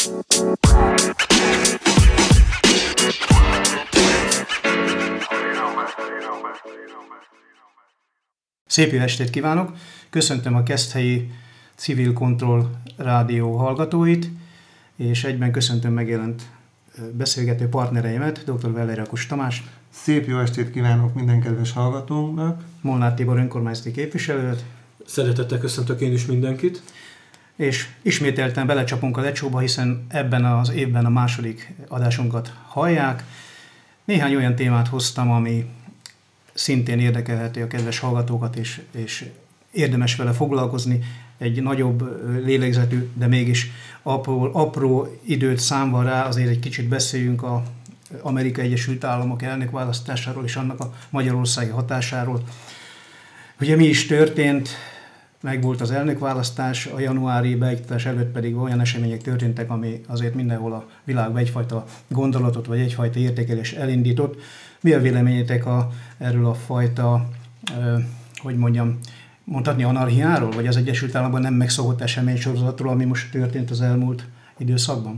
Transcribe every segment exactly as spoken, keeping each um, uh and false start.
Szép jó estét kívánok! Köszöntöm a Keszthelyi Civil Control rádió hallgatóit, és egyben köszöntöm megjelent beszélgető partnereimet, dr. Veller Jakus Tamás. Szép jó estét kívánok minden kedves hallgatónak! Molnár Tibor önkormányzati képviselőt. Szeretettel köszöntök én is mindenkit. És ismételten belecsapunk a lecsóba, hiszen ebben az évben a második adásunkat hallják. Néhány olyan témát hoztam, ami szintén érdekelheti a kedves hallgatókat, és, és érdemes vele foglalkozni. Egy nagyobb lélegzetű, de mégis apró, apró időt számva rá, azért egy kicsit beszéljünk az Amerikai Egyesült Államok elnökválasztásáról és annak a magyarországi hatásáról. Ugye mi is történt? Megvolt az elnökválasztás, a januári beiktatás előtt pedig olyan események történtek, ami azért mindenhol a világban egyfajta gondolatot vagy egyfajta értékelés elindított. Mi a véleményetek a, erről a fajta, ö, hogy mondjam, mondhatni anarchiáról, vagy az Egyesült Államokban nem megszokott eseménysorozatról, ami most történt az elmúlt időszakban?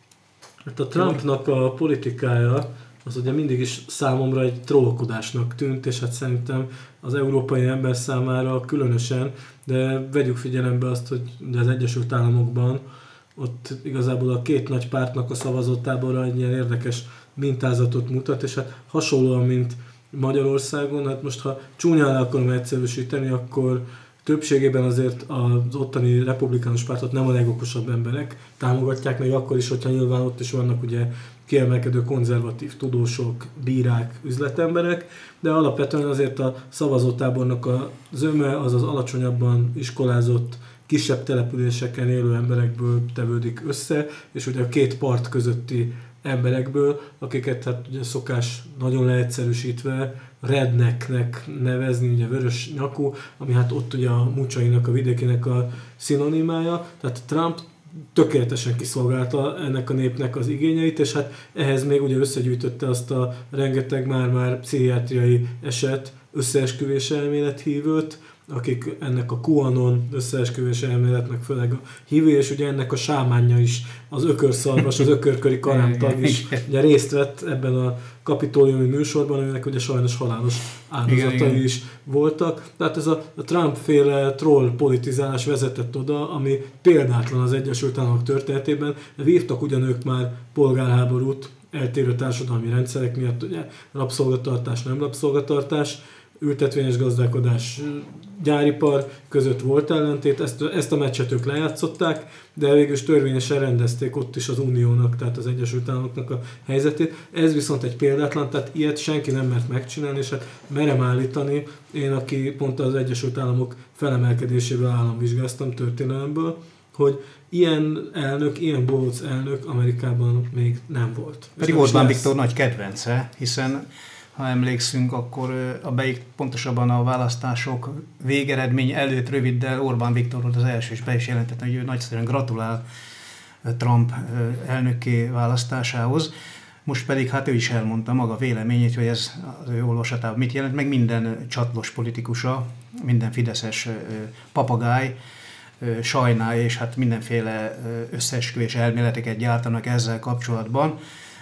Hát a Trumpnak a politikája az ugye mindig is számomra egy trollkodásnak tűnt, és hát szerintem az európai ember számára különösen, de vegyük figyelembe azt, hogy az Egyesült Államokban ott igazából a két nagy pártnak a szavazótábora egy ilyen érdekes mintázatot mutat, és hát hasonlóan, mint Magyarországon, hát most ha csúnyán le akarom egyszerűsíteni, akkor többségében azért az ottani republikánus pártot nem a legokosabb emberek támogatják, még akkor is, hogyha nyilván ott is vannak ugye kiemelkedő konzervatív tudósok, bírák, üzletemberek, de alapvetően azért a szavazótábornak a zöme az az alacsonyabban iskolázott, kisebb településeken élő emberekből tevődik össze, és ugye a két part közötti emberekből, akiket hát ugye szokás nagyon leegyszerűsítve rednecknek nevezni, ugye vörös nyakú, ami hát ott ugye a mucsainak, a vidékének a szinonimája. Tehát Trump tökéletesen kiszolgálta ennek a népnek az igényeit, és hát ehhez még ugye összegyűjtötte azt a rengeteg már-már pszichiátriai eset, összeesküvés elmélet hívőt, akik ennek a QAnon összeesküvés elméletnek főleg a hívő, és ugye ennek a sámánja is, az ökörszarvas, az ökörköri karántag is ugye részt vett ebben a kapitóliumi műsorban, aminek ugye sajnos halálos áldozatai is voltak. Tehát ez a, a Trump-féle troll politizálás vezetett oda, ami példátlan az Egyesült Államok történetében. Vívtak ugyan ők már polgárháborút eltérő társadalmi rendszerek miatt, ugye rabszolgatartás, nem rabszolgatartás, ültetvényes gazdálkodás, gyáripar között volt ellentét, ezt, ezt a meccset ők lejátszották, de végül is törvényesen rendezték ott is az Uniónak, tehát az Egyesült Államoknak a helyzetét. Ez viszont egy példátlan, tehát ilyet senki nem mert megcsinálni, és hát merem állítani, én, aki pont az Egyesült Államok felemelkedésével államvizsgáztam történelemből, hogy ilyen elnök, ilyen bohóc elnök Amerikában még nem volt. Pedig Orbán Viktor nagy kedvence, hiszen ha emlékszünk, akkor a beik, pontosabban a választások végeredmény előtt röviddel Orbán Viktor volt az első, és be is jelentette, hogy ő nagyszerűen gratulál Trump elnökké választásához. Most pedig hát ő is elmondta maga véleményét, hogy ez az ő olvasatában mit jelent, meg minden csatlos politikusa, minden fideszes papagáj sajnálja, és hát mindenféle összeesküvés elméleteket gyártanak ezzel kapcsolatban.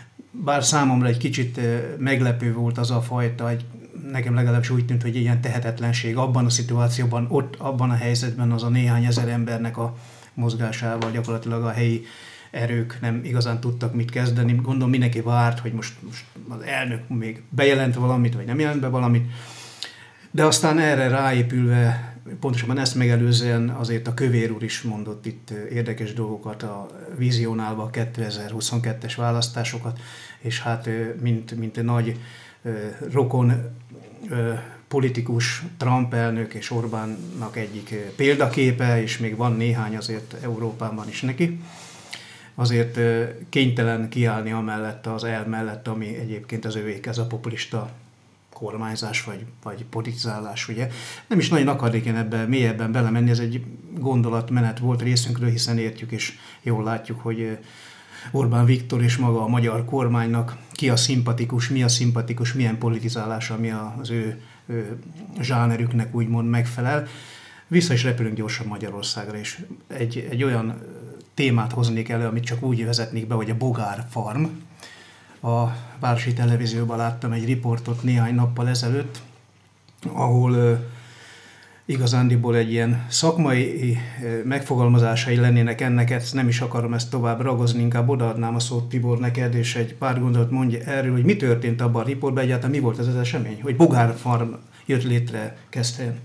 Bár számomra egy kicsit meglepő volt az a fajta, egy, nekem legalábbis úgy tűnt, hogy ilyen tehetetlenség abban a szituációban, ott, abban a helyzetben az a néhány ezer embernek a mozgásával gyakorlatilag a helyi erők nem igazán tudtak mit kezdeni. Gondolom mindenki várt, hogy most, most az elnök még bejelent valamit, vagy nem jelent be valamit. De aztán erre ráépülve, pontosabban ezt megelőzően azért a Kövér úr is mondott itt érdekes dolgokat, a vizionálva a kétezer-huszonkettes választásokat, és hát mint, mint nagy rokon politikus, Trump elnök és Orbánnak egyik példaképe, és még van néhány azért Európában is neki, azért kénytelen kiállni amellett az el mellett, ami egyébként az övék, ez a populista kormányzás vagy, vagy politizálás, ugye. Nem is nagyon akarnék én ebben mélyebben belemenni, ez egy gondolatmenet volt részünkről, hiszen értjük és jól látjuk, hogy Orbán Viktor és maga a magyar kormánynak ki a szimpatikus, mi a szimpatikus, milyen politizálása, mi az ő, ő zsánerüknek úgymond megfelel. Vissza is repülünk gyorsan Magyarországra, és egy, egy olyan témát hoznék elő, amit csak úgy vezetnék be, hogy a Bogár Farm. A Városi Televízióban láttam egy riportot néhány nappal ezelőtt, ahol igazándiból egy ilyen szakmai megfogalmazásai lennének ennek, ezt nem is akarom ezt tovább ragozni, inkább odaadnám a szót Tibor neked, és egy pár gondolat mondja erről, hogy mi történt abban a riportban, egyáltalán mi volt ez az esemény, hogy Bogár Farm jött létre Keszthelyen.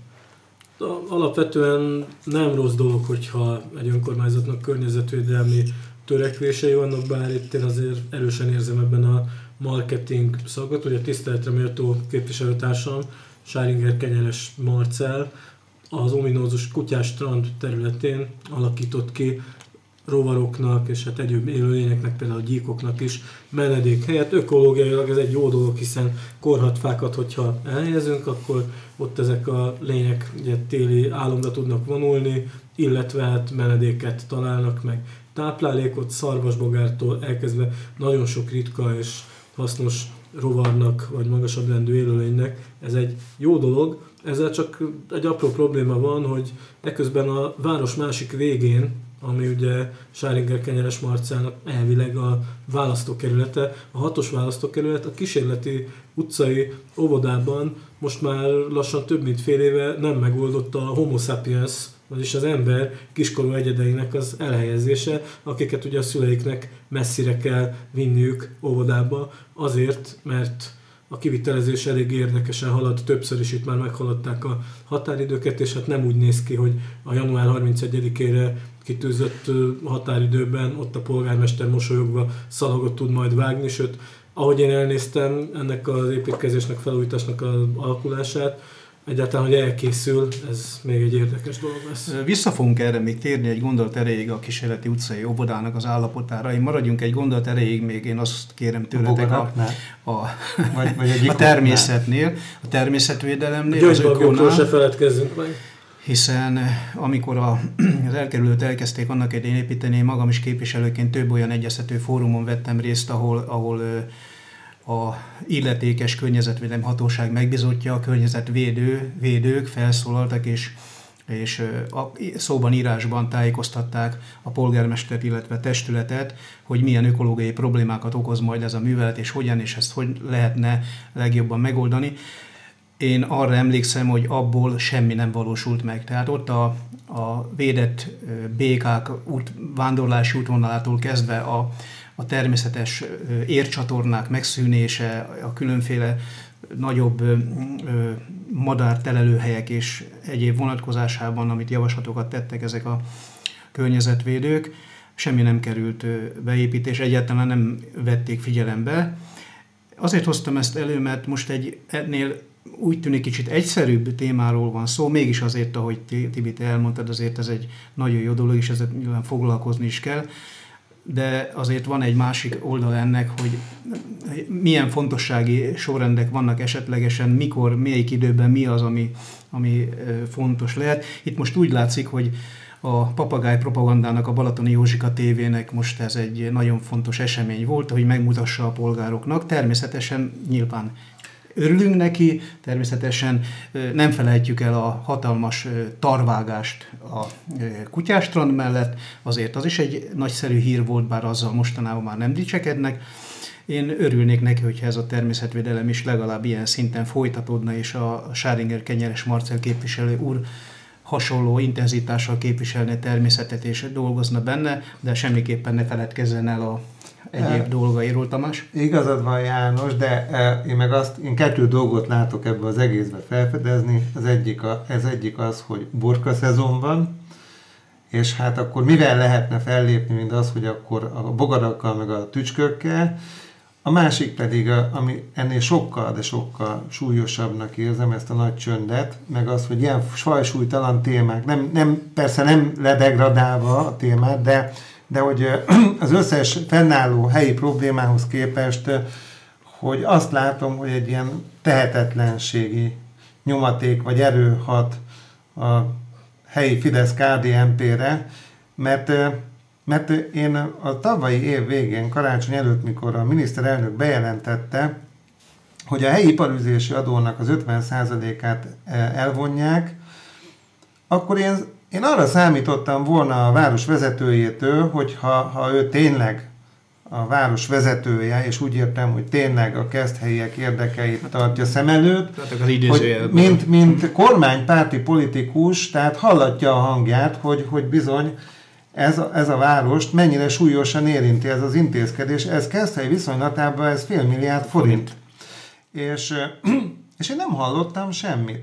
Alapvetően nem rossz dolog, hogyha egy önkormányzatnak környezetvédelmi törekvései vannak, bár itt én azért erősen érzem ebben a marketing szagot, hogy a tiszteletre méltó képviselőtársam, Sáringer Kenyeres Marcell az ominózus Kutyás strand területén alakított ki rovaroknak és hát egyéb élőlényeknek, például gyíkoknak is menedékhelyet. Ökológiailag ez egy jó dolog, hiszen korhatfákat, hogyha elhelyezünk, akkor ott ezek a lények ugye téli álomra tudnak vonulni, illetve hát menedéket találnak meg táplálékot, szarvasbogártól elkezdve nagyon sok ritka és hasznos rovarnak, vagy magasabb rendű élőlénynek. Ez egy jó dolog, ezzel csak egy apró probléma van, hogy eközben a város másik végén, ami ugye Sáringer Kenyeres Marcellnak elvileg a választókerülete, a hatos választókerület, a kísérleti utcai óvodában most már lassan több mint fél éve nem megoldott a Homo sapiens, vagyis az ember kiskorú egyedeinek az elhelyezése, akiket ugye a szüleiknek messzire kell vinniük óvodába, azért, mert a kivitelezés elég érdekesen halad, többször is itt már meghaladták a határidőket, és hát nem úgy néz ki, hogy a január harmincegyedikére kitűzött határidőben ott a polgármester mosolyogva szalagot tud majd vágni, sőt, ahogy én elnéztem ennek az építkezésnek, felújításnak az alakulását, egyáltalán, hogy elkészül, ez még egy érdekes dolog lesz. Vissza fogunk erre még térni egy gondolat erejéig a kísérleti utcai óvodának az állapotára. Én maradjunk egy gondolat erejéig, még én azt kérem tőletek a, a, a, vagy, vagy a természetnél, a természetvédelemnél, az ökónál. Se feledkezzünk meg. Hiszen amikor a, az elkerülőt elkezdték annak idején építeni, én magam is képviselőként több olyan egyeztető fórumon vettem részt, ahol, ahol a illetékes környezetvédelmi hatóság megbízottja, a környezetvédő, védők felszólaltak, és, és a, szóban, írásban tájékoztatták a polgármestert, illetve testületet, hogy milyen ökológiai problémákat okoz majd ez a művelet, és hogyan, és ezt hogy lehetne legjobban megoldani. Én arra emlékszem, hogy abból semmi nem valósult meg. Tehát ott a, a védett békák út, vándorlási útvonalától kezdve a, a természetes ércsatornák megszűnése, a különféle nagyobb madártelelőhelyek és egyéb vonatkozásában, amit javaslatokat tettek ezek a környezetvédők, semmi nem került beépítés, egyáltalán nem vették figyelembe. Azért hoztam ezt elő, mert most egy ennél úgy tűnik kicsit egyszerűbb témáról van szó, mégis azért, ahogy Tibi, te elmondtad, azért ez egy nagyon jó dolog, és ezzel nyilván foglalkozni is kell, de azért van egy másik oldal ennek, hogy milyen fontossági sorrendek vannak esetlegesen, mikor, melyik időben mi az, ami, ami fontos lehet. Itt most úgy látszik, hogy a papagáj propagandának, a Balatoni Józsika tévének most ez egy nagyon fontos esemény volt, hogy megmutassa a polgároknak. Természetesen nyilván örülünk neki, természetesen nem felejtjük el a hatalmas tarvágást a Kutyástrand mellett, azért az is egy nagyszerű hír volt, bár azzal mostanában már nem dicsekednek. Én örülnék neki, hogyha ez a természetvédelem is legalább ilyen szinten folytatódna, és a Sáringer Kenyeres Marcell képviselő úr hasonló intenzitással képviselne természetet és dolgozna benne, de semmiképpen ne feledkezzen el a egyéb dolgairól, Tamás. Igazad van, János, de én meg azt, én kettő dolgot látok ebbe az egészbe felfedezni. Az egyik, a, ez egyik az, hogy burka szezon van, és hát akkor mivel lehetne fellépni, mint az, hogy akkor a bogarakkal meg a tücskökkel. A másik pedig, a, ami ennél sokkal, de sokkal súlyosabbnak érzem ezt a nagy csöndet, meg az, hogy ilyen fajsúlytalan témák, nem, nem, persze nem ledegradálva a témát, de de hogy az összes fennálló helyi problémához képest, hogy azt látom, hogy egy ilyen tehetetlenségi nyomaték vagy erő hat a helyi Fidesz-ká dé en pé-re, mert, mert én a tavalyi év végén, karácsony előtt, mikor a miniszterelnök bejelentette, hogy a helyi iparűzési adónak az ötven százalékát elvonják, akkor én én arra számítottam volna a város vezetőjétől, hogy ha, ha ő tényleg a város vezetője, és úgy értem, hogy tényleg a keszthelyiek érdekeit tartja szem előtt, hogy mint, mint kormánypárti politikus, tehát hallatja a hangját, hogy, hogy bizony ez a, ez a várost mennyire súlyosan érinti ez az intézkedés. Ez Keszthely viszonylatában ez fél milliárd forint. És, és én nem hallottam semmit.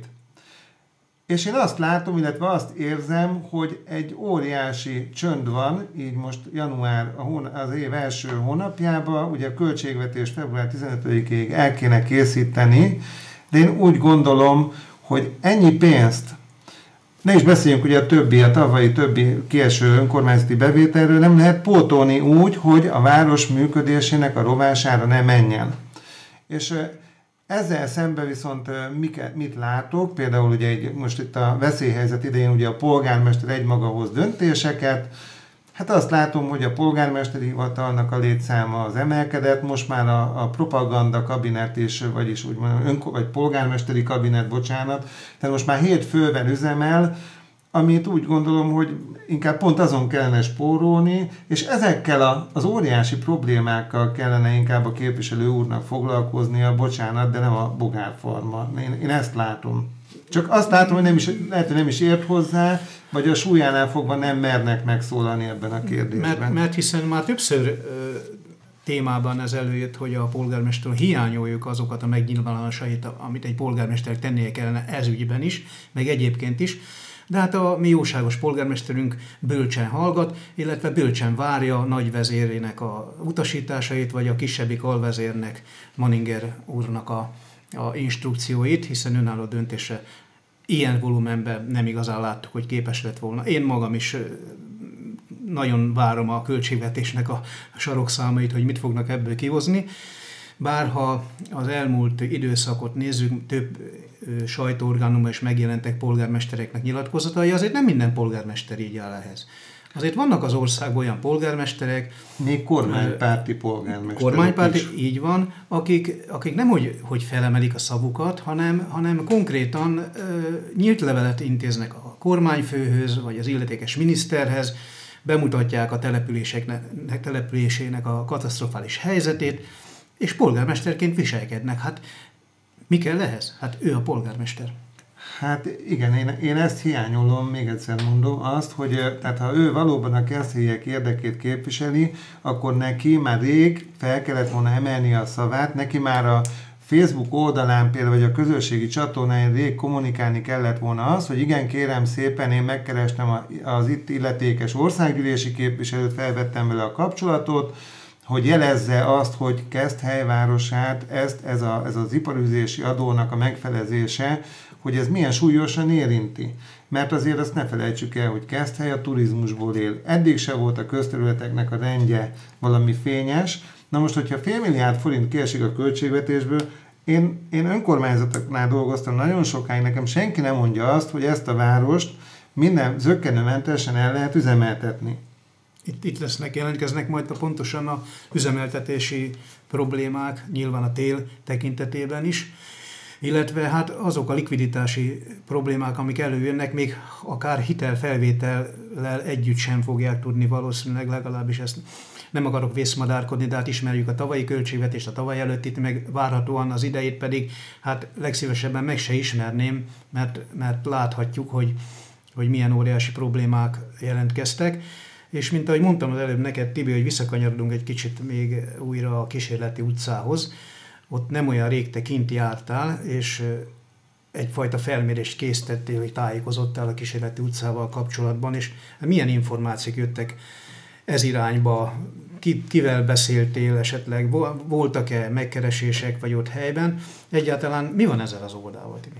És én azt látom, illetve azt érzem, hogy egy óriási csönd van, így most január az év első hónapjában, ugye a költségvetés február tizenötödikéig el kéne készíteni, de én úgy gondolom, hogy ennyi pénzt, ne is beszéljünk ugye a többi, a tavalyi többi kieső önkormányzati bevételről, nem lehet pótolni úgy, hogy a város működésének a rovására ne menjen. És ezzel szemben viszont mit látok, például ugye egy, most itt a veszélyhelyzet idején ugye a polgármester egymaga hoz döntéseket, hát azt látom, hogy a polgármesteri hivatalnak a létszáma az emelkedett, most már a, a propaganda kabinet is, vagyis úgy mondom, önko, vagy polgármesteri kabinet, bocsánat, tehát most már hét fővel üzemel, amit úgy gondolom, hogy inkább pont azon kellene spórolni, és ezekkel a, az óriási problémákkal kellene inkább a képviselő úrnak foglalkoznia, bocsánat, de nem a bogárfarma. Én, én ezt látom. Csak azt látom, hogy nem is, lehet, hogy nem is ért hozzá, vagy a súlyánál fogva nem mernek megszólalni ebben a kérdésben. Mert, mert hiszen már többször ö, témában ez előjött, hogy a polgármester hiányoljuk azokat a megnyilvánulásait, amit egy polgármester tennie kellene ez ügyben is, meg egyébként is. De hát a mi jóságos polgármesterünk bölcsen hallgat, illetve bölcsen várja a nagyvezérének a utasításait, vagy a kisebbik alvezérnek, Manninger úrnak a, a instrukcióit, hiszen önálló döntésre ilyen volumenben nem igazán láttuk, hogy képes lett volna. Én magam is nagyon várom a költségvetésnek a sarokszámait, hogy mit fognak ebből kihozni. Bárha az elmúlt időszakot nézzük, több sajtóorgánumban is megjelentek polgármestereknek nyilatkozatai, azért nem minden polgármester így áll ehhez. Azért vannak az országban olyan polgármesterek, még kormánypárti polgármesterek kormánypárti, is. Így van, akik, akik nem hogy, hogy felemelik a szavukat, hanem, hanem konkrétan uh, nyílt levelet intéznek a kormányfőhöz, vagy az illetékes miniszterhez, bemutatják a településeknek, településének a katasztrofális helyzetét, és polgármesterként viselkednek. Hát mi kell ehhez? Hát ő a polgármester. Hát igen, én, én ezt hiányolom, még egyszer mondom, azt, hogy tehát ha ő valóban a keszthelyiek érdekét képviseli, akkor neki már rég fel kellett volna emelni a szavát, neki már a Facebook oldalán például, vagy a közösségi csatornáin rég kommunikálni kellett volna az, hogy igen, kérem szépen, én megkerestem az itt illetékes országgyűlési képviselőt, felvettem vele a kapcsolatot, hogy jelezze azt, hogy Keszthely városát, ezt, ez, a, ez az iparüzési adónak a megfelezése, hogy ez milyen súlyosan érinti. Mert azért azt ne felejtsük el, hogy Keszthely a turizmusból él. Eddig se volt a közterületeknek a rendje valami fényes. Na most, hogyha fél milliárd forint kiesik a költségvetésből, én, én önkormányzatoknál dolgoztam nagyon sokáig, nekem senki nem mondja azt, hogy ezt a várost minden zökkenőmentesen el lehet üzemeltetni. Itt, itt lesznek, jelentkeznek majd a pontosan a üzemeltetési problémák, nyilván a tél tekintetében is, illetve hát azok a likviditási problémák, amik előjönnek, még akár hitelfelvétellel együtt sem fogják tudni valószínűleg, legalábbis ezt nem akarok vészmadárkodni, de hát ismerjük a tavalyi költségvetést, a tavaly előttit, meg várhatóan az idejét pedig hát legszívesebben meg se ismerném, mert, mert láthatjuk, hogy, hogy milyen óriási problémák jelentkeztek. És mint ahogy mondtam az előbb neked, Tibi, hogy visszakanyarodunk egy kicsit még újra a Kísérleti utcához, ott nem olyan rég te kint jártál, és egyfajta felmérést készítettél, hogy tájékozottál a Kísérleti utcával kapcsolatban, és milyen információk jöttek ez irányba, Ki, kivel beszéltél esetleg, voltak-e megkeresések vagy ott helyben, egyáltalán mi van ezzel az oldalával, Tibi?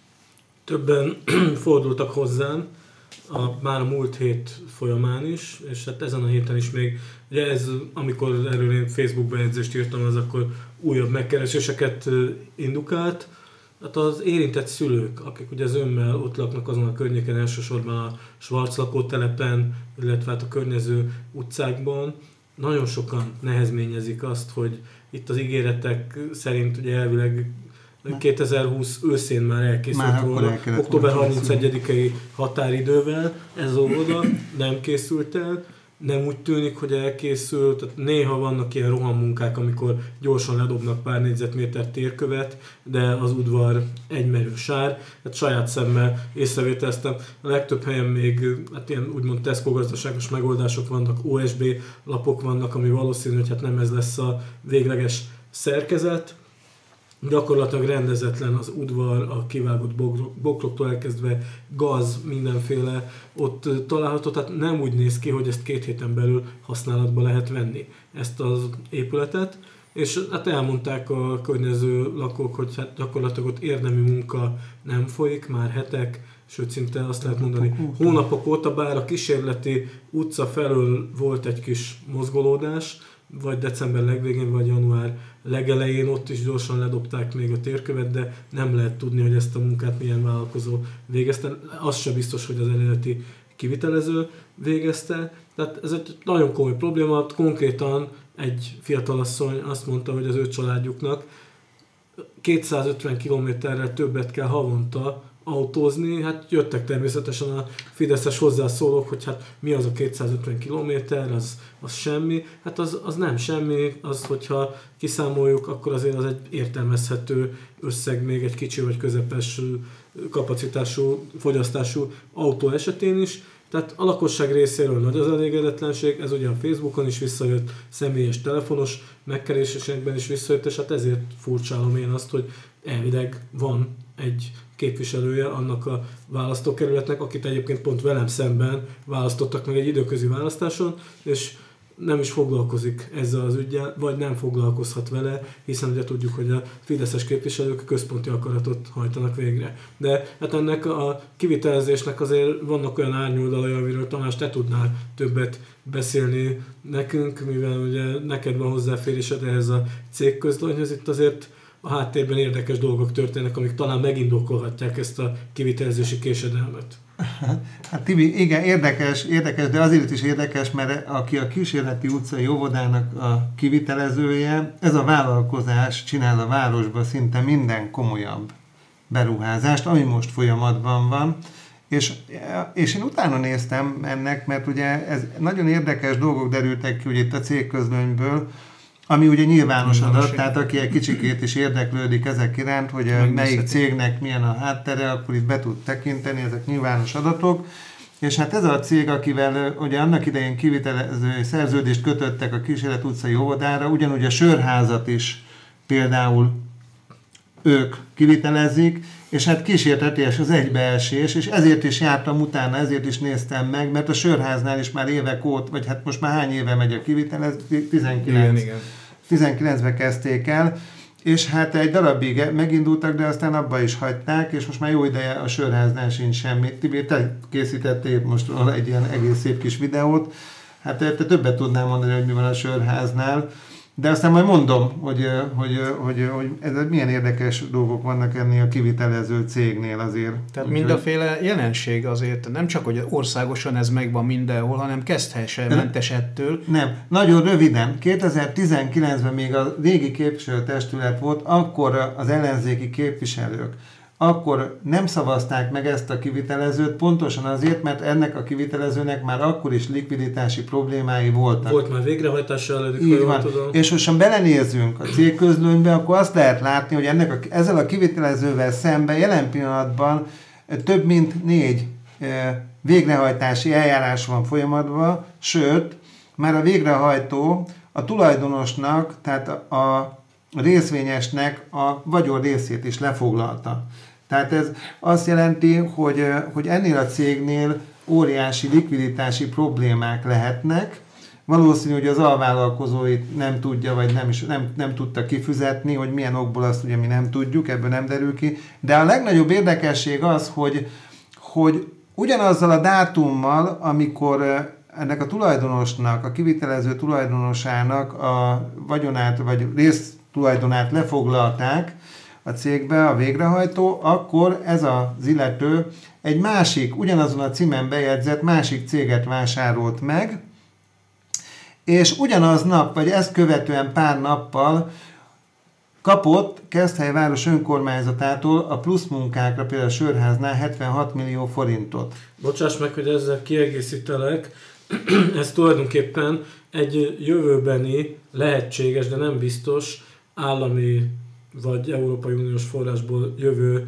Többen fordultak hozzám, a, már a múlt hét folyamán is, és hát ezen a héten is még, ugye ez, amikor erről én Facebook bejegyzést írtam, az akkor újabb megkereséseket indukált. Hát az érintett szülők, akik ugye az ömmel ott laknak azon a környéken, elsősorban a Schwarz lakótelepen, illetve hát a környező utcákban, nagyon sokan nehezményezik azt, hogy itt az ígéretek szerint ugye elvileg kétezer-húsz őszén már elkészült már volna, október harmincegyedikei határidővel, ez óvoda nem készült el, nem úgy tűnik, hogy elkészült, tehát néha vannak ilyen rohammunkák, amikor gyorsan ledobnak pár négyzetméter térkövet, de az udvar egymerő sár, hát saját szemmel észrevételeztem, a legtöbb helyen még hát ilyen úgymond Tesco gazdaságos megoldások vannak, o es bé lapok vannak, ami valószínű, hogy hát nem ez lesz a végleges szerkezet. Gyakorlatilag rendezetlen az udvar, a kivágott bokroktól elkezdve gaz, mindenféle ott található, tehát nem úgy néz ki, hogy ezt két héten belül használatba lehet venni, ezt az épületet, és hát elmondták a környező lakók, hogy hát gyakorlatilag ott érdemi munka nem folyik, már hetek, sőt szinte azt lehet mondani hónapok óta, bár a kísérleti utca felől volt egy kis mozgolódás, vagy december legvégén, vagy január legelején ott is gyorsan ledobták még a térkövet, de nem lehet tudni, hogy ezt a munkát milyen vállalkozó végezte. Az sem biztos, hogy az eredeti kivitelező végezte. Tehát ez egy nagyon komoly probléma. Konkrétan egy fiatalasszony azt mondta, hogy az ő családjuknak kétszázötven kilométerrel többet kell havonta autózni, hát jöttek természetesen a fideszes hozzászólók, hogy hát mi az a kétszázötven kilométer, az, az semmi, hát az, az nem semmi, az, hogyha kiszámoljuk, akkor azért az egy értelmezhető összeg még egy kicsi vagy közepes kapacitású, fogyasztású autó esetén is. Tehát a lakosság részéről nagy az elégedetlenség, ez ugye a Facebookon is visszajött, személyes telefonos megkeresésekben is visszajött, és hát ezért furcsálom én azt, hogy elvileg van egy képviselője annak a választókerületnek, akit egyébként pont velem szemben választottak meg egy időközi választáson, és nem is foglalkozik ezzel az üggyel, vagy nem foglalkozhat vele, hiszen ugye tudjuk, hogy a fideszes képviselők központi akaratot hajtanak végre. De hát ennek a kivitelezésnek azért vannak olyan árnyoldalai, amiről Tamás te tudnál többet beszélni nekünk, mivel ugye neked van hozzáférésed ehhez a cégközlönyhöz, itt azért a háttérben érdekes dolgok történnek, amik talán megindokolhatják ezt a kivitelezési késedelmet. Hát Tibi, igen, érdekes, érdekes, de azért is érdekes, mert aki a Kísérleti utcai óvodának a kivitelezője, ez a vállalkozás csinál a városban szinte minden komolyabb beruházást, ami most folyamatban van, és, és én utána néztem ennek, mert ugye ez nagyon érdekes dolgok derültek ki ugye itt a cégközlönyből, ami ugye nyilvános adat, tehát aki egy kicsikét is érdeklődik ezek iránt, hogy melyik cégnek milyen a háttere, akkor itt be tud tekinteni, ezek nyilvános adatok. És hát ez a cég, akivel ugye annak idején kivitelező szerződést kötöttek a Kísérlet utcai óvodára, ugyanúgy a sörházat is például ők kivitelezik, és hát kísérteties az egybeesés, és ezért is jártam utána, ezért is néztem meg, mert a sörháznál is már évek óta, vagy hát most már hány éve megy a kivitelezés, tizenkilenc, tizenkilencben kezdték el, és hát egy darabig megindultak, de aztán abba is hagyták, és most már jó ideje a sörháznál sincs semmi. Tibi, te készítettél most egy ilyen egész szép kis videót, hát te többet tudnám mondani, hogy mi van a sörháznál, de aztán majd mondom, hogy, hogy, hogy, hogy ez milyen érdekes dolgok vannak ennél a kivitelező cégnél azért. Tehát úgy, mindaféle jelenség azért, nem csak, hogy országosan ez megvan mindenhol, hanem kezdhesse mentes ettől. Nem, nagyon röviden. kétezer-tizenkilencben még a régi képviselőtestület volt, akkor az ellenzéki képviselők akkor nem szavazták meg ezt a kivitelezőt, pontosan azért, mert ennek a kivitelezőnek már akkor is likviditási problémái voltak. Volt már végrehajtása előtt, így van. Tudom. És most, ha belenézzünk a cégközlönybe, akkor azt lehet látni, hogy ennek a, ezzel a kivitelezővel szemben jelen pillanatban több mint négy e, végrehajtási eljárás van folyamatban, sőt, már a végrehajtó a tulajdonosnak, tehát a, a részvényesnek a vagyon részét is lefoglalta. Tehát ez azt jelenti, hogy, hogy ennél a cégnél óriási likviditási problémák lehetnek. Valószínű, hogy az alvállalkozóit nem tudja, vagy nem, is, nem, nem tudta kifizetni, hogy milyen okból azt ugye mi nem tudjuk, ebből nem derül ki. De a legnagyobb érdekesség az, hogy, hogy ugyanazzal a dátummal, amikor ennek a tulajdonosnak, a kivitelező tulajdonosának a vagyonát, vagy rész tulajdonát lefoglalták a cégbe, a végrehajtó, akkor ez az illető egy másik, ugyanazon a címen bejegyzett másik céget vásárolt meg, és ugyanaz nap, vagy ezt követően pár nappal kapott Keszthely város önkormányzatától a plusz munkákra, például a Sörháznál hetvenhat millió forintot. Bocsáss meg, hogy ezzel kiegészítelek. Ez tulajdonképpen egy jövőbeni, lehetséges, de nem biztos állami vagy Európai Uniós forrásból jövő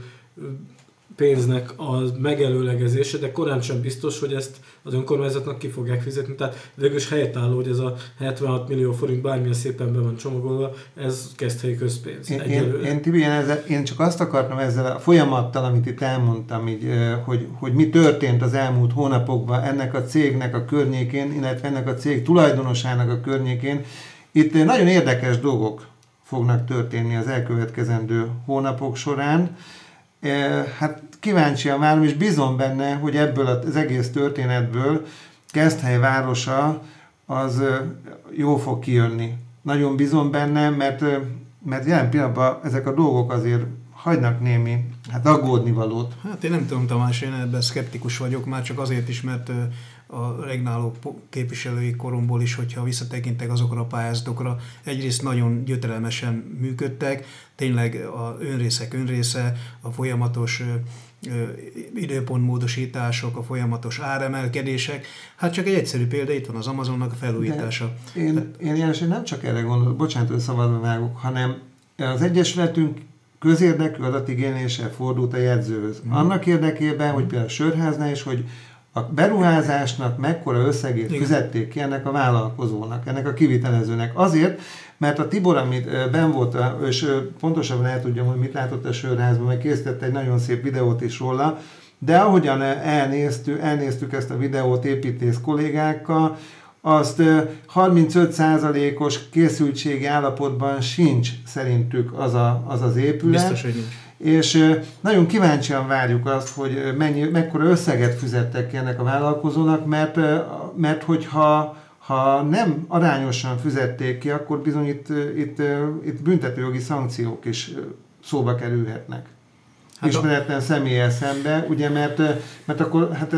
pénznek a megelőlegezése, de korán sem biztos, hogy ezt az önkormányzatnak ki fogják fizetni. Tehát végül is helytálló, hogy ez a hetvenhat millió forint bármilyen szépen be van csomagolva, ez Keszthelyi közpénz. Én, én, én, Tibi, én, ezzel, én csak azt akartam ezzel a folyamattal, amit itt elmondtam, így, hogy, hogy mi történt az elmúlt hónapokban ennek a cégnek a környékén, illetve ennek a cég tulajdonosának a környékén. Itt nagyon érdekes dolgok fognak történni az elkövetkezendő hónapok során. Hát kíváncsian várom, és bízom benne, hogy ebből az egész történetből Keszthely városa az jó fog kijönni. Nagyon bízom benne, mert, mert jelen pillanatban ezek a dolgok azért hagynak némi hát aggódnivalót. Hát én nem tudom, Tamás, én ebben szkeptikus vagyok, már csak azért is, mert a regnáló képviselői koromból is, hogyha visszatekintek azokra a pályázatokra, egyrészt nagyon gyötrelmesen működtek, tényleg a önrészek önrésze, a folyamatos időpontmódosítások, a folyamatos áremelkedések. Hát csak egy egyszerű példa, itt van az Amazonnak a felújítása. De én, én János, nem csak erre gondolok, bocsánat, hogy szabadba vágok, hanem az Egyesületünk közérdekű adatigényléssel fordult a jegyzőhöz. Mm. Annak érdekében, hogy például a Sörháznál is, hogy a beruházásnak mekkora összegét Igen. fizették ki ennek a vállalkozónak, ennek a kivitelezőnek. Azért, mert a Tibor, amit benn volt, és pontosabban el tudjam, hogy mit látott a Sörházban, meg készítette egy nagyon szép videót is róla, de ahogyan elnéztük, elnéztük ezt a videót építész kollégákkal, azt harmincöt százalékos készültségi állapotban sincs szerintük az a, az, az épület. Biztos, hogy nincs. És nagyon kíváncsian várjuk azt, hogy mennyi, mekkora összeget fizettek ki ennek a vállalkozónak, mert, mert hogyha ha nem arányosan fizették ki, akkor bizony itt, itt, itt büntetőjogi szankciók is szóba kerülhetnek. Hát ismeretlen személlyel szembe, ugye, mert, mert akkor hát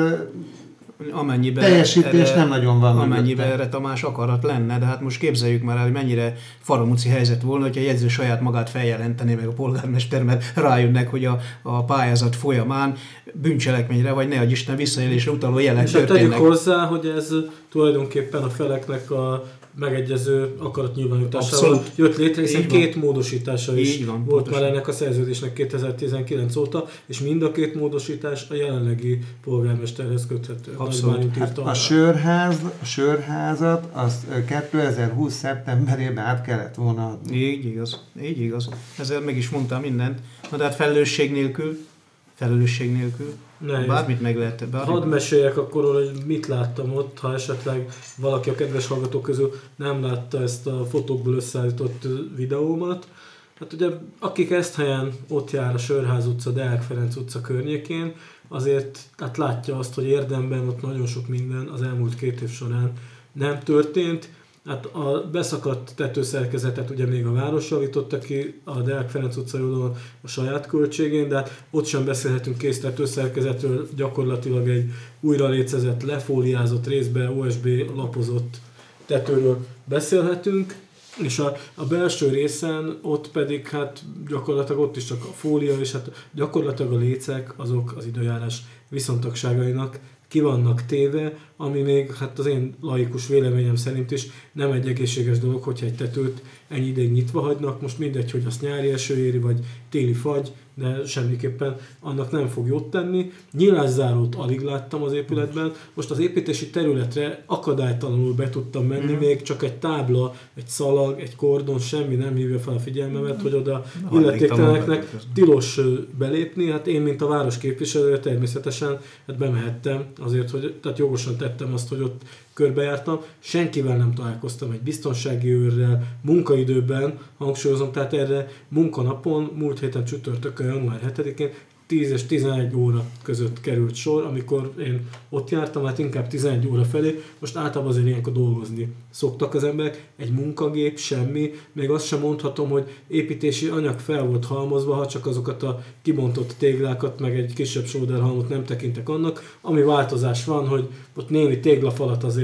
amennyiben teljesítés erre, nem nagyon van. Amennyiben erre Tamás akarat lenne, de hát most képzeljük már el, hogy mennyire faramúci helyzet volna, hogyha a jegyző saját magát feljelentené meg a polgármester, mert rájönnek, hogy a, a pályázat folyamán bűncselekményre, vagy ne adj Isten visszaélésre utaló jelek és történnek. És tegyük hozzá, hogy ez tulajdonképpen a feleknek a megegyező akaratnyilvánításával jött létre, hiszen két módosítása is van, volt pontosan. Már ennek a szerződésnek kétezer-tizenkilenc óta, és mind a két módosítás a jelenlegi polgármesterhez köthető. Abszolút. Hát a, sörház, a sörházat azt kétezer-húsz szeptemberében át kellett volna adni. Így igaz, így igaz. Ezzel meg is mondtam mindent. Na de hát felelősség nélkül, felelősség nélkül. Nehéz. Bármit meg lehet. Bármit. Hadd meséljek akkor, hogy mit láttam ott, ha esetleg valaki a kedves hallgatók közül nem látta ezt a fotókból összeállított videómat. Hát ugye, akik ezt helyen ott jár a Sörház utca, Deák Ferenc utca környékén, azért hát látja azt, hogy érdemben ott nagyon sok minden az elmúlt két év során nem történt. Hát a beszakadt tetőszerkezetet ugye még a város javította ki, a Deák Ferenc utcai oldalon a saját költségén, de hát ott sem beszélhetünk kész tetőszerkezetről, gyakorlatilag egy újra lécezett, lefóliázott részbe o es bé lapozott tetőről beszélhetünk, és a, a belső részen ott pedig hát gyakorlatilag ott is csak a fólia, és hát gyakorlatilag a lécek azok az időjárás viszontagságainak ki vannak téve, ami még hát az én laikus véleményem szerint is nem egy egészséges dolog, hogyha egy tetőt ennyi ideig nyitva hagynak, most mindegy, hogy azt nyári eső éri, vagy téli fagy, de semmiképpen annak nem fog jót tenni. Nyilászárót alig láttam az épületben, most az építési területre akadálytalanul be tudtam menni, mm. még csak egy tábla, egy szalag, egy kordon, semmi nem hívja fel a figyelmemet, hogy oda illetékteleneknek tilos belépni. Hát én, mint a város képviselője természetesen hát bemehettem azért, hogy tehát jogosan tettem azt, hogy ott körbejártam, senkivel nem találkoztam, egy biztonsági őrrel, munkaidőben, hangsúlyozom, tehát erre munkanapon, múlt héten csütörtökön, január hetedikén tíz és tizenegy óra között került sor, amikor én ott jártam, hát inkább tizenegy óra felé, most általában azért ilyenkor dolgozni szoktak az emberek, egy munkagép, semmi, még azt sem mondhatom, hogy építési anyag fel volt halmozva, ha csak azokat a kibontott téglákat, meg egy kisebb sóderhalmot nem tekintek annak, ami változás van, hogy ott némi téglafalat azért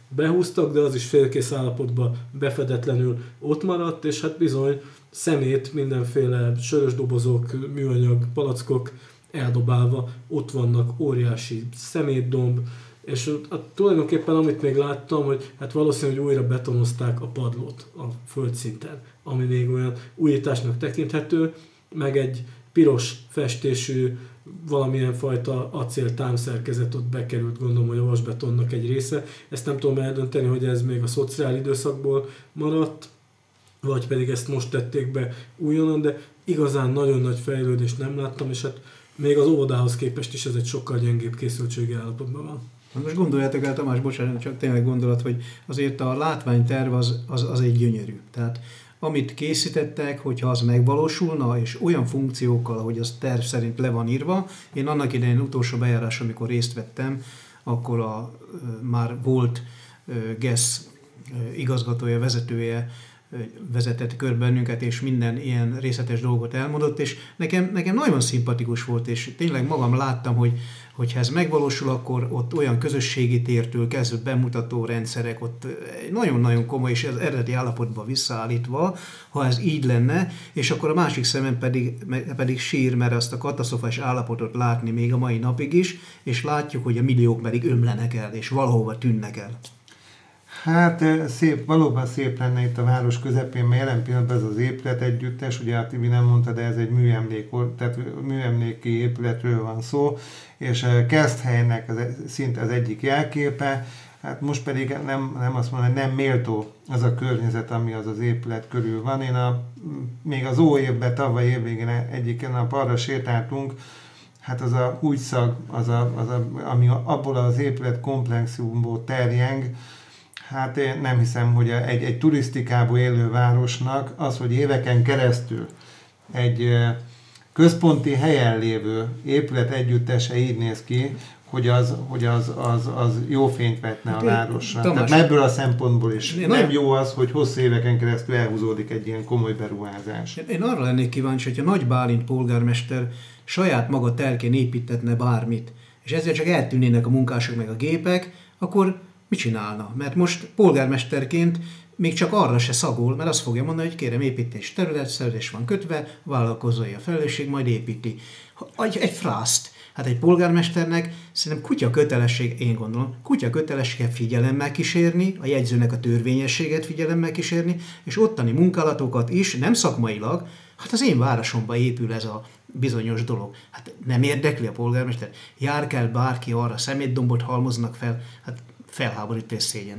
behúztak, de az is félkész állapotban befedetlenül ott maradt, és hát bizony szemét, mindenféle sörös dobozok, műanyag palackok eldobálva, ott vannak óriási szemétdomb, és hát tulajdonképpen amit még láttam, hogy hát valószínűleg hogy újra betonozták a padlót a földszinten, ami még olyan újításnak tekinthető, meg egy piros festésű valamilyen fajta acél támszerkezet ott bekerült, gondolom, hogy a vasbetonnak egy része. Ezt nem tudom eldönteni, hogy ez még a szociál időszakból maradt, vagy pedig ezt most tették be újonnan, de igazán nagyon nagy fejlődést nem láttam, és hát még az óvodához képest is ez egy sokkal gyengébb készültségi állapotban van. Most gondoljátok el, Tamás, bocsánat, csak tényleg gondolat, hogy azért a látványterv az, az, az egy gyönyörű. Tehát amit készítettek, hogyha az megvalósulna, és olyan funkciókkal, hogy az terv szerint le van írva. Én annak idején utolsó bejárás, amikor részt vettem, akkor a már volt GESZ igazgatója, vezetője vezetett kör bennünket, és minden ilyen részletes dolgot elmondott, és nekem, nekem nagyon szimpatikus volt, és tényleg magam láttam, hogy hogyha ez megvalósul, akkor ott olyan közösségi tértől kezdve bemutató rendszerek, ott nagyon-nagyon komoly, és ez eredeti állapotba visszaállítva, ha ez így lenne, és akkor a másik szemen pedig, pedig sír, mert azt a katasztrofális állapotot látni még a mai napig is, és látjuk, hogy a milliók pedig ömlenek el, és valahova tűnnek el. Hát szép, valóban szép lenne itt a város közepén, mert jelen pillanatban ez az épület együttes, ugye a Tibi nem mondta, de ez egy műemlék, tehát műemléki épületről van szó, és Keszthelynek az, szinte az egyik jelképe, hát most pedig nem, nem azt mondom, hogy nem méltó az a környezet, ami az az épület körül van. Én a, még az óévben, tavaly évvégén egyik nap arra sétáltunk, hát az a úgyszag, az a, az a, ami abból az épület komplexumból terjeng. Hát én nem hiszem, hogy egy, egy turisztikából élő városnak az, hogy éveken keresztül egy központi helyen lévő épület együttese így néz ki, hogy az, hogy az, az, az jó fényt vetne a városra. Tehát ebből a szempontból is nem nagyon jó az, hogy hosszú éveken keresztül elhúzódik egy ilyen komoly beruházás. Én arra lennék kíváncsi, hogyha Nagy Bálint polgármester saját maga telkén építetne bármit, és ezzel csak eltűnnének a munkások meg a gépek, akkor mit csinálna? Mert most polgármesterként még csak arra se szagol, mert azt fogja mondani, hogy kérem, építés terület, szerződés van kötve, vállalkozói a felelősség, majd építi. Egy, egy frászt. Hát egy polgármesternek szerintem kutya kötelesség, én gondolom, kutya kötelessége figyelemmel kísérni, a jegyzőnek a törvényességet figyelemmel kísérni, és ottani munkálatokat is, nem szakmailag, hát az én városomban épül ez a bizonyos dolog. Hát nem érdekli a polgármester, jár kell bárki arra, szemétdombot halmoznak fel, hát felháborító és szégyen.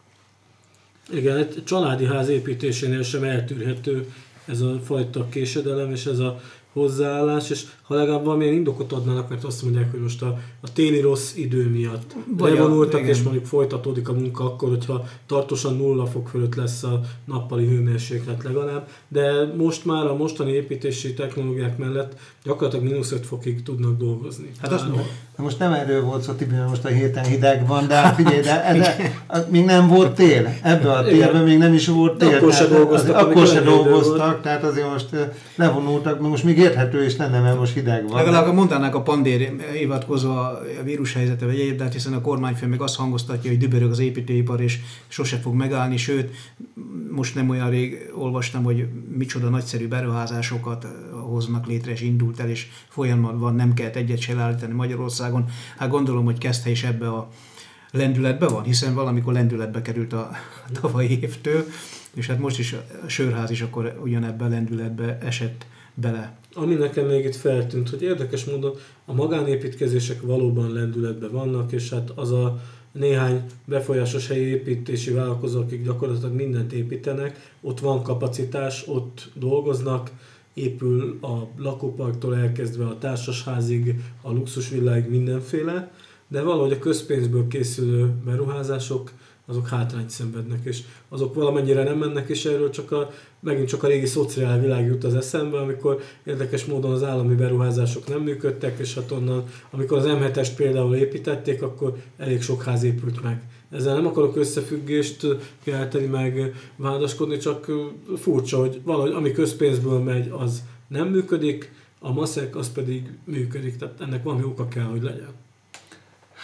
Igen, egy családi ház építésénél sem eltűrhető ez a fajta késedelem és ez a hozzáállás, és ha legalább valamilyen indokot adnának, mert azt mondják, hogy most a, a téli rossz idő miatt levonultak, és mondjuk folytatódik a munka akkor, hogyha tartósan nulla fok fölött lesz a nappali hőmérséklet legalább, de most már a mostani építési technológiák mellett gyakorlatilag mínusz öt fokig tudnak dolgozni. Hát azt mondom, most nem erről volt szó, Tibi, most a héten hideg van, de figyelj, de, de, de még nem volt tél. Ebben a télben még nem is volt tél. Akkor se dolgoztak. Akkor se dolgoztak, tehát azért most levonultak, most még érthető is lenne, mert most hideg van. Legalább mondanak a pandér hivatkozva a vírushelyzetre, vagy egyéb, de hát hiszen a kormányfő meg azt hangoztatja, hogy dübörög az építőipar, és sose fog megállni, sőt, most nem olyan rég olvastam, hogy micsoda nagyszerű beruházásokat hoznak létre, és indult el, és folyamatban van, nem kellett egyet se állítani Magyarországon. Hát gondolom, hogy Keszthely is ebbe a lendületbe van, hiszen valamikor lendületbe került a tavalyi évtől, és hát most is a sörház is akkor ugyanebben a lendületbe esett bele. Ami nekem még itt feltűnt, hogy érdekes módon a magánépítkezések valóban lendületben vannak, és hát az a néhány befolyásos helyi építési vállalkozó, akik gyakorlatilag mindent építenek, ott van kapacitás, ott dolgoznak, épül a lakóparktól elkezdve a társasházig, a luxusvilláig mindenféle, de valahogy a közpénzből készülő beruházások, azok hátrányt szenvednek, és azok valamennyire nem mennek, és erről csak a, megint csak a régi szociál világ jut az eszembe, amikor érdekes módon az állami beruházások nem működtek, és hát onnan, amikor az em hetest például építették, akkor elég sok ház épült meg. Ezzel nem akarok összefüggést kelteni, meg vádaskodni, csak furcsa, hogy valahogy ami közpénzből megy, az nem működik, a maszek az pedig működik, tehát ennek valami oka kell, hogy legyen.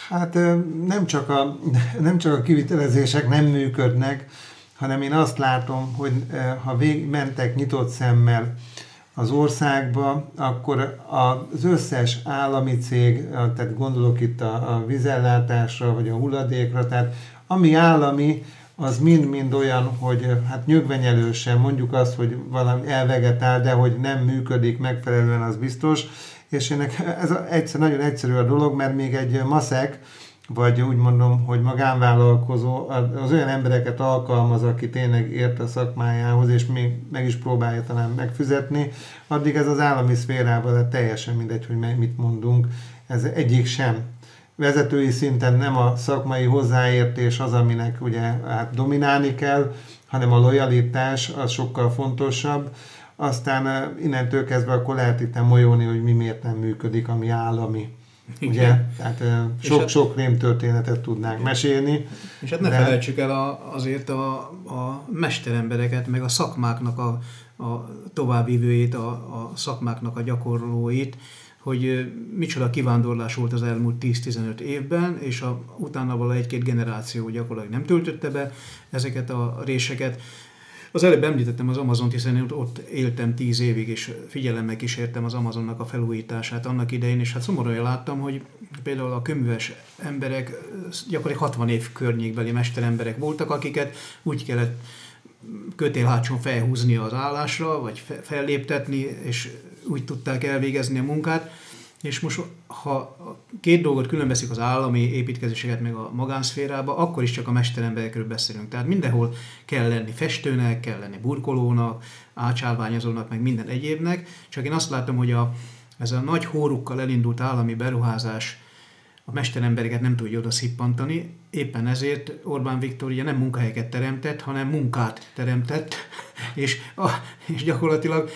Hát nem csak a, nem csak a kivitelezések nem működnek, hanem én azt látom, hogy ha végig mentek nyitott szemmel az országba, akkor az összes állami cég, tehát gondolok itt a, a vízellátásra, vagy a hulladékra, tehát ami állami, az mind-mind olyan, hogy hát nyögvenyelősen mondjuk azt, hogy valami elvegetál, de hogy nem működik megfelelően, az biztos. És ennek ez a, egyszer, nagyon egyszerű a dolog, mert még egy maszek, vagy úgy mondom, hogy magánvállalkozó az olyan embereket alkalmaz, aki tényleg ért a szakmájához, és még meg is próbálja talán megfizetni, addig ez az állami szférában de teljesen mindegy, hogy mit mondunk, ez egyik sem. Vezetői szinten nem a szakmai hozzáértés az, aminek ugye hát dominálni kell, hanem a lojalitás, az sokkal fontosabb. Aztán innentől kezdve akkor lehet itt molyolni, hogy mi miért nem működik, ami állami. Igen. Ugye? Tehát sok-sok hát, rémtörténetet tudnánk igen. mesélni. És hát ne de... felejtsük el a, azért a, a mesterembereket, meg a szakmáknak a, a továbbvivőjét, a, a szakmáknak a gyakorlóit, hogy micsoda kivándorlás volt az elmúlt tíz-tizenöt évben, és a, utána vala egy-két generáció gyakorlatilag nem töltötte be ezeket a réseket. Az előbb említettem az Amazont, hiszen én ott éltem tíz évig, és figyelemmel kísértem az Amazonnak a felújítását annak idején, és hát szomorúan láttam, hogy például a kőműves emberek gyakorlatilag hatvan év környékbeli mesteremberek voltak, akiket úgy kellett kötélhácson felhúzni az állásra, vagy felléptetni, és úgy tudták elvégezni a munkát. És most, ha két dolgot különbeszik az állami építkezéseket meg a magánszférába, akkor is csak a mesteremberekről beszélünk. Tehát mindenhol kell lenni festőnek, kell lenni burkolónak, ácsálványozónak, meg minden egyébnek. Csak én azt látom, hogy a, ez a nagy hórukkal elindult állami beruházás a mesterembereket nem tudja oda szippantani. Éppen ezért Orbán Viktor ugye nem munkahelyeket teremtett, hanem munkát teremtett, és, a, és gyakorlatilag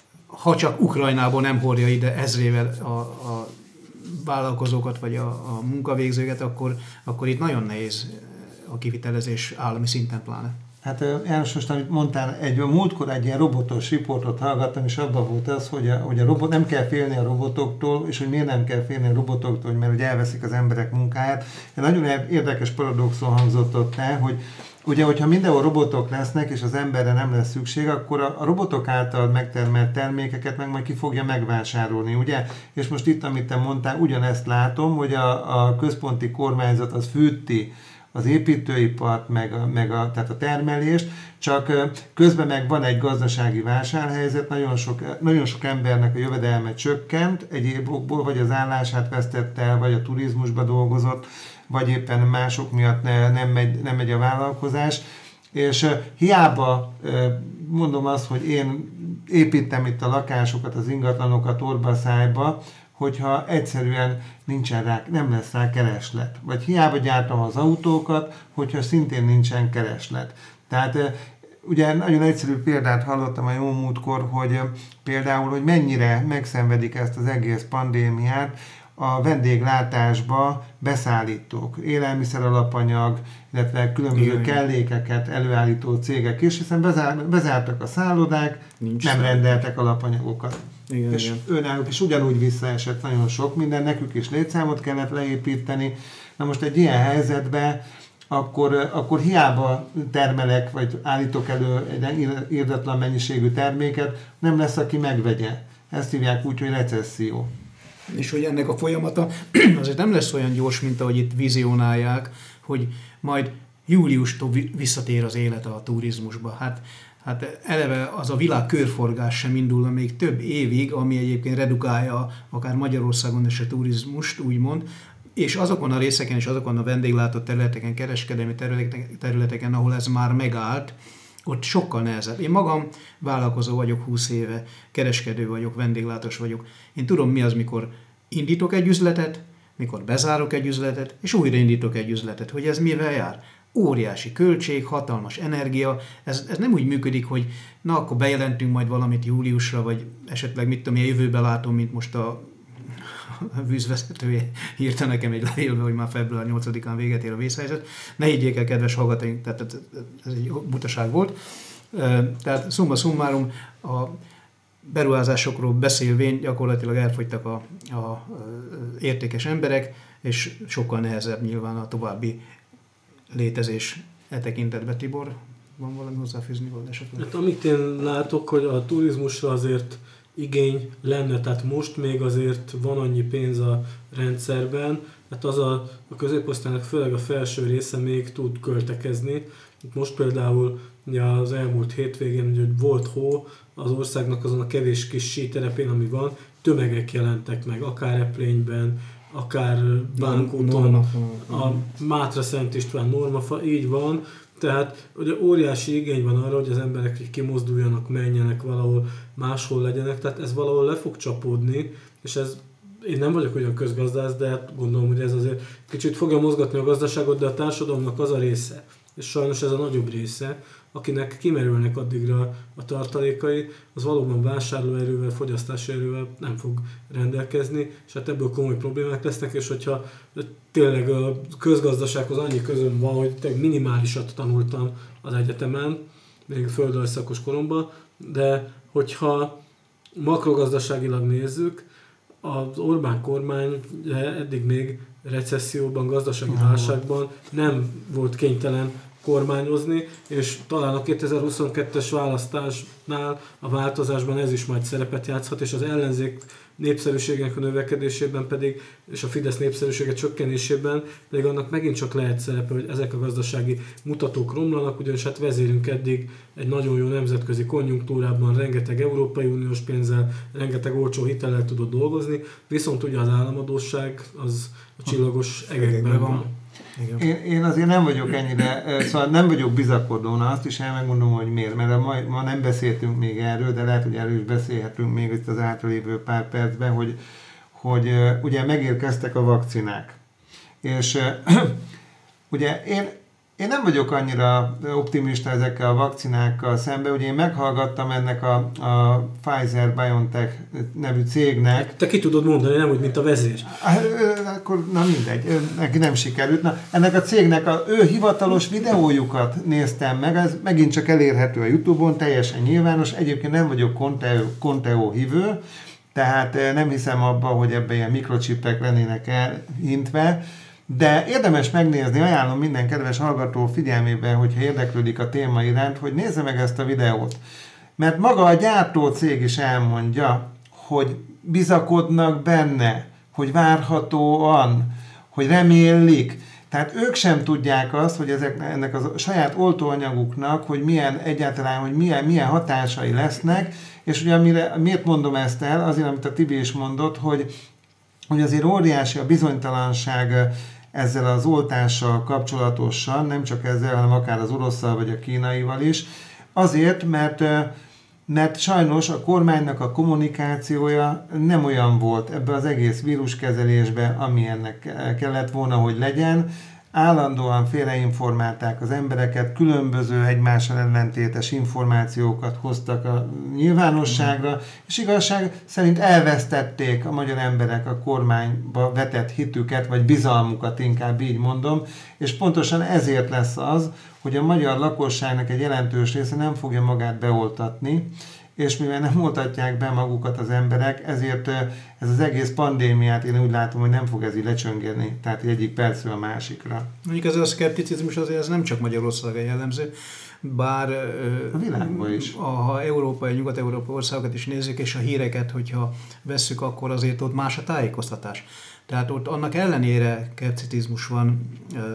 ha csak Ukrajnából nem hordja ide ezrével a, a vállalkozókat, vagy a, a munkavégzőket, akkor, akkor itt nagyon nehéz a kivitelezés állami szinten pláne. Hát János, most amit mondtál, egy múltkor egy ilyen robotos riportot hallgattam, és abban volt az, hogy a, hogy a robot, nem kell félni a robotoktól, és hogy miért nem kell félni a robotoktól, mert hogy elveszik az emberek munkáját. Egy nagyon érdekes paradoxon hangzott ott el, hogy ugye, hogyha mindenhol robotok lesznek, és az emberre nem lesz szükség, akkor a, a robotok által megtermelt termékeket meg majd ki fogja megvásárolni, ugye? És most itt, amit te mondtál, ugyanezt látom, hogy a, a központi kormányzat az fűti az építőipart, meg a, meg a, tehát a termelést, csak közben meg van egy gazdasági válsághelyzet, nagyon sok, nagyon sok embernek a jövedelme csökkent egyéb okból, vagy az állását vesztette el, vagy a turizmusba dolgozott, vagy éppen mások miatt ne, nem, megy, nem megy a vállalkozás, és uh, hiába uh, mondom azt, hogy én építem itt a lakásokat, az ingatlanokat orba szájba, hogyha egyszerűen nincsen rá, nem lesz rá kereslet. Vagy hiába gyártam az autókat, hogyha szintén nincsen kereslet. Tehát uh, ugye nagyon egyszerű példát hallottam a jó múltkor, hogy uh, például, hogy mennyire megszenvedik ezt az egész pandémiát, a vendéglátásba beszállítók, élelmiszer alapanyag, illetve különböző igen, kellékeket előállító cégek is, hiszen bezár, bezártak a szállodák, nincs nem szállítás. Rendeltek alapanyagokat. Igen, és igen. Őnáluk is ugyanúgy visszaesett nagyon sok minden, nekük is létszámot kellett leépíteni. Na most egy ilyen helyzetben akkor, akkor hiába termelek, vagy állítok elő egy irdatlan mennyiségű terméket, nem lesz, aki megvegye. Ezt hívják úgy, hogy recesszió. És hogy ennek a folyamata azért nem lesz olyan gyors, mint ahogy itt vizionálják, hogy majd júliustól visszatér az élet a turizmusba. Hát, hát eleve az a világ körforgás sem indulna még több évig, ami egyébként redukálja akár Magyarországon is a turizmust, úgymond, és azokon a részeken és azokon a vendéglátott területeken, kereskedelmi területeken, ahol ez már megállt, ott sokkal nehezebb. Én magam vállalkozó vagyok húsz éve, kereskedő vagyok, vendéglátós vagyok. Én tudom, mi az, mikor indítok egy üzletet, mikor bezárok egy üzletet, és újra indítok egy üzletet. Hogy ez mivel jár? Óriási költség, hatalmas energia. Ez, ez nem úgy működik, hogy na, akkor bejelentünk majd valamit júliusra, vagy esetleg mit tudom, ilyen jövőbe látom, mint most a a vízvezetője írta nekem egy levélbe, hogy már február nyolcadikán véget ér a vészhelyzet. Ne higgyék el, kedves hallgatóink, tehát ez egy butaság volt. Tehát szumma summarum, a beruházásokról beszélvén gyakorlatilag elfogytak a, a értékes emberek, és sokkal nehezebb nyilván a további létezés e tekintetben. Tibor, van valami hozzáfűzni volt esetleg? Hát, amit én látok, hogy a turizmusra azért igény lenne, tehát most még azért van annyi pénz a rendszerben, hát az a, a középosztálynak főleg a felső része még tud költekezni. Most például ugye az elmúlt hétvégén, hogy volt hó, az országnak azon a kevés kis síterepén, ami van, tömegek jelentek meg, akár Eplényben, akár Bánkúton, a Mátra Szent István Normafa, így van. Tehát ugye óriási igény van arra, hogy az emberek kimozduljanak, menjenek valahol, máshol legyenek, tehát ez valahol le fog csapódni, és ez, én nem vagyok olyan közgazdász, de hát gondolom, hogy ez azért kicsit fogja mozgatni a gazdaságot, de a társadalomnak az a része, és sajnos ez a nagyobb része, akinek kimerülnek addigra a tartalékai, az valóban vásárlóerővel, fogyasztási erővel nem fog rendelkezni, és hát ebből komoly problémák lesznek, és hogyha tényleg a közgazdasághoz annyi közöm van, hogy tényleg minimálisat tanultam az egyetemen, még földrajz szakos koromban, de hogyha makrogazdaságilag nézzük, az Orbán kormány eddig még recesszióban, gazdasági válságban nem volt kénytelen kormányozni, és talán a kétezer-huszonkettes választásnál a változásban ez is majd szerepet játszhat, és az ellenzék népszerűségének a növekedésében pedig, és a Fidesz népszerűsége csökkenésében pedig annak megint csak lehet szerepe, hogy ezek a gazdasági mutatók romlanak, ugyanis hát vezérünk eddig egy nagyon jó nemzetközi konjunktúrában, rengeteg Európai Uniós pénzzel, rengeteg olcsó hitellel tudott dolgozni, viszont ugye az államadósság az a csillagos egekben van. Én, én azért nem vagyok ennyire, szóval nem vagyok bizakodó, na azt is el megmondom, hogy miért, mert ma, ma nem beszéltünk még erről, de lehet, hogy erről is beszélhetünk még itt az általévő pár percben, hogy, hogy ugye megérkeztek a vakcinák. És ugye én, én nem vagyok annyira optimista ezekkel a vakcinákkal szemben, ugye én meghallgattam ennek a, a Pfizer-BioNTech nevű cégnek. Te ki tudod mondani, nem úgy, mint a vezér. Akkor, na mindegy, neki nem sikerült. Na, ennek a cégnek a ő hivatalos videójukat néztem meg, ez megint csak elérhető a YouTube-on, teljesen nyilvános. Egyébként nem vagyok Conteo, Conteo hívő, tehát nem hiszem abban, hogy ebben ilyen mikrocsipek lennének elhintve. De érdemes megnézni, ajánlom minden kedves hallgató figyelmében, hogyha érdeklődik a téma iránt, hogy nézze meg ezt a videót. Mert maga a gyártó cég is elmondja, hogy bizakodnak benne, hogy várhatóan, hogy remélik. Tehát ők sem tudják azt, hogy ezek, ennek a saját oltóanyaguknak, hogy milyen egyáltalán, hogy milyen, milyen hatásai lesznek, és ugye amire, miért mondom ezt el, azért, amit a Tibi is mondott, hogy, hogy azért óriási a bizonytalanság ezzel az oltással kapcsolatosan, nem csak ezzel, hanem akár az orosszal vagy a kínaival is. Azért, mert, mert sajnos a kormánynak a kommunikációja nem olyan volt ebbe az egész víruskezelésbe, ami ennek kellett volna, hogy legyen. Állandóan félreinformálták az embereket, különböző egymással ellentétes információkat hoztak a nyilvánosságra, és igazság szerint elvesztették a magyar emberek a kormányba vetett hitüket, vagy bizalmukat, inkább így mondom, és pontosan ezért lesz az, hogy a magyar lakosságnak egy jelentős része nem fogja magát beoltatni, és mivel nem oltatják be magukat az emberek, ezért ez az egész pandémiát én úgy látom, hogy nem fog ez így lecsöngeni, tehát egyik percről a másikra. Mondjuk ez a szkepticizmus azért ez nem csak Magyarországra jellemző, bár a világban is. Ha európai, nyugat-európai országokat is nézzük, és a híreket, hogyha vesszük, akkor azért ott más a tájékoztatás. Tehát ott annak ellenére szkepticizmus van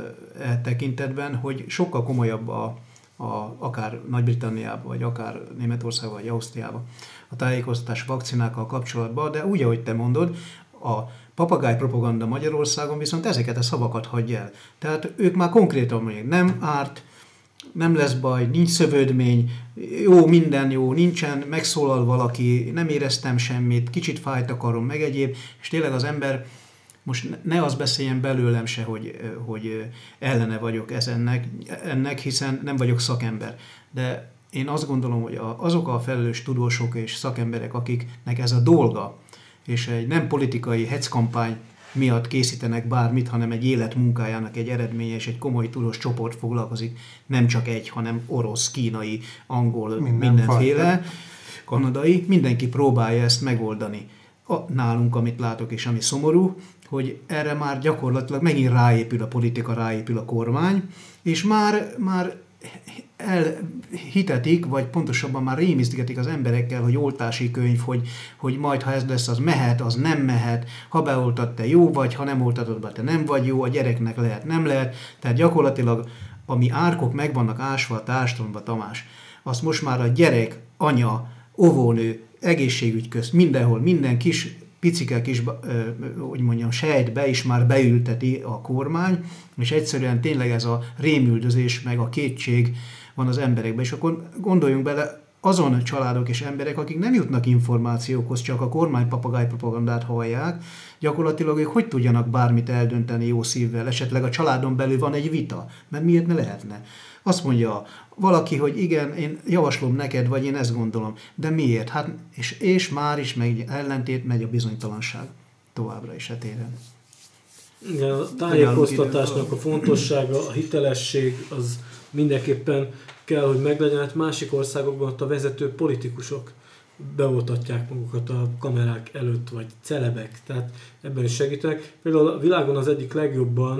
e tekintetben, hogy sokkal komolyabb a A, akár Nagy-Britanniában, vagy akár Németországban, vagy Ausztriában a tájékoztatás vakcinákkal kapcsolatban, de úgy, ahogy te mondod, a papagáj propaganda Magyarországon viszont ezeket a szavakat hagyja el. Tehát ők már konkrétan mondják, nem árt, nem lesz baj, nincs szövődmény, jó, minden jó, nincsen, megszólal valaki, nem éreztem semmit, kicsit fájt a karom, meg egyéb, és tényleg az ember most ne az beszéljen belőlem se, hogy, hogy ellene vagyok ez ennek, ennek, hiszen nem vagyok szakember. De én azt gondolom, hogy azok a felelős tudósok és szakemberek, akiknek ez a dolga, és egy nem politikai hetzkampány miatt készítenek bármit, hanem egy életmunkájának egy eredménye, és egy komoly tudós csoport foglalkozik, nem csak egy, hanem orosz, kínai, angol, Minden mindenféle. fajta. kanadai, mindenki próbálja ezt megoldani. A, nálunk, amit látok és ami szomorú, hogy erre már gyakorlatilag megint ráépül a politika, ráépül a kormány, és már, már elhitetik, vagy pontosabban már rémisztgetik az emberekkel, hogy oltási könyv, hogy, hogy majd ha ez lesz, az mehet, az nem mehet, ha beoltat, te jó vagy, ha nem oltatod be, te nem vagy jó, a gyereknek lehet, nem lehet. Tehát gyakorlatilag, ami árkok meg vannak ásva a társadalomba, Tamás, azt most már a gyerek, anya, óvónő, egészségügy közt, mindenhol, minden kis picike kis, hogy mondjam, sejtbe is már beülteti a kormány, és egyszerűen tényleg ez a rémüldözés, meg a kétség van az emberekben. És akkor gondoljunk bele, azon családok és emberek, akik nem jutnak információkhoz, csak a kormány papagáj propagandát hallják, gyakorlatilag ők hogy tudjanak bármit eldönteni jó szívvel? Esetleg a családon belül van egy vita, mert miért ne lehetne? Azt mondja valaki, hogy igen, én javaslom neked, vagy én ezt gondolom. De miért? Hát, és, és már is megy ellentét, megy a bizonytalanság továbbra is etéren. Igen, a tájékoztatásnak a fontossága, a hitelesség, az mindenképpen kell, hogy meglegyen. Hát másik országokban ott a vezető politikusok beoltatják magukat a kamerák előtt, vagy celebek, tehát ebben is segítenek. Például a világon az egyik legjobban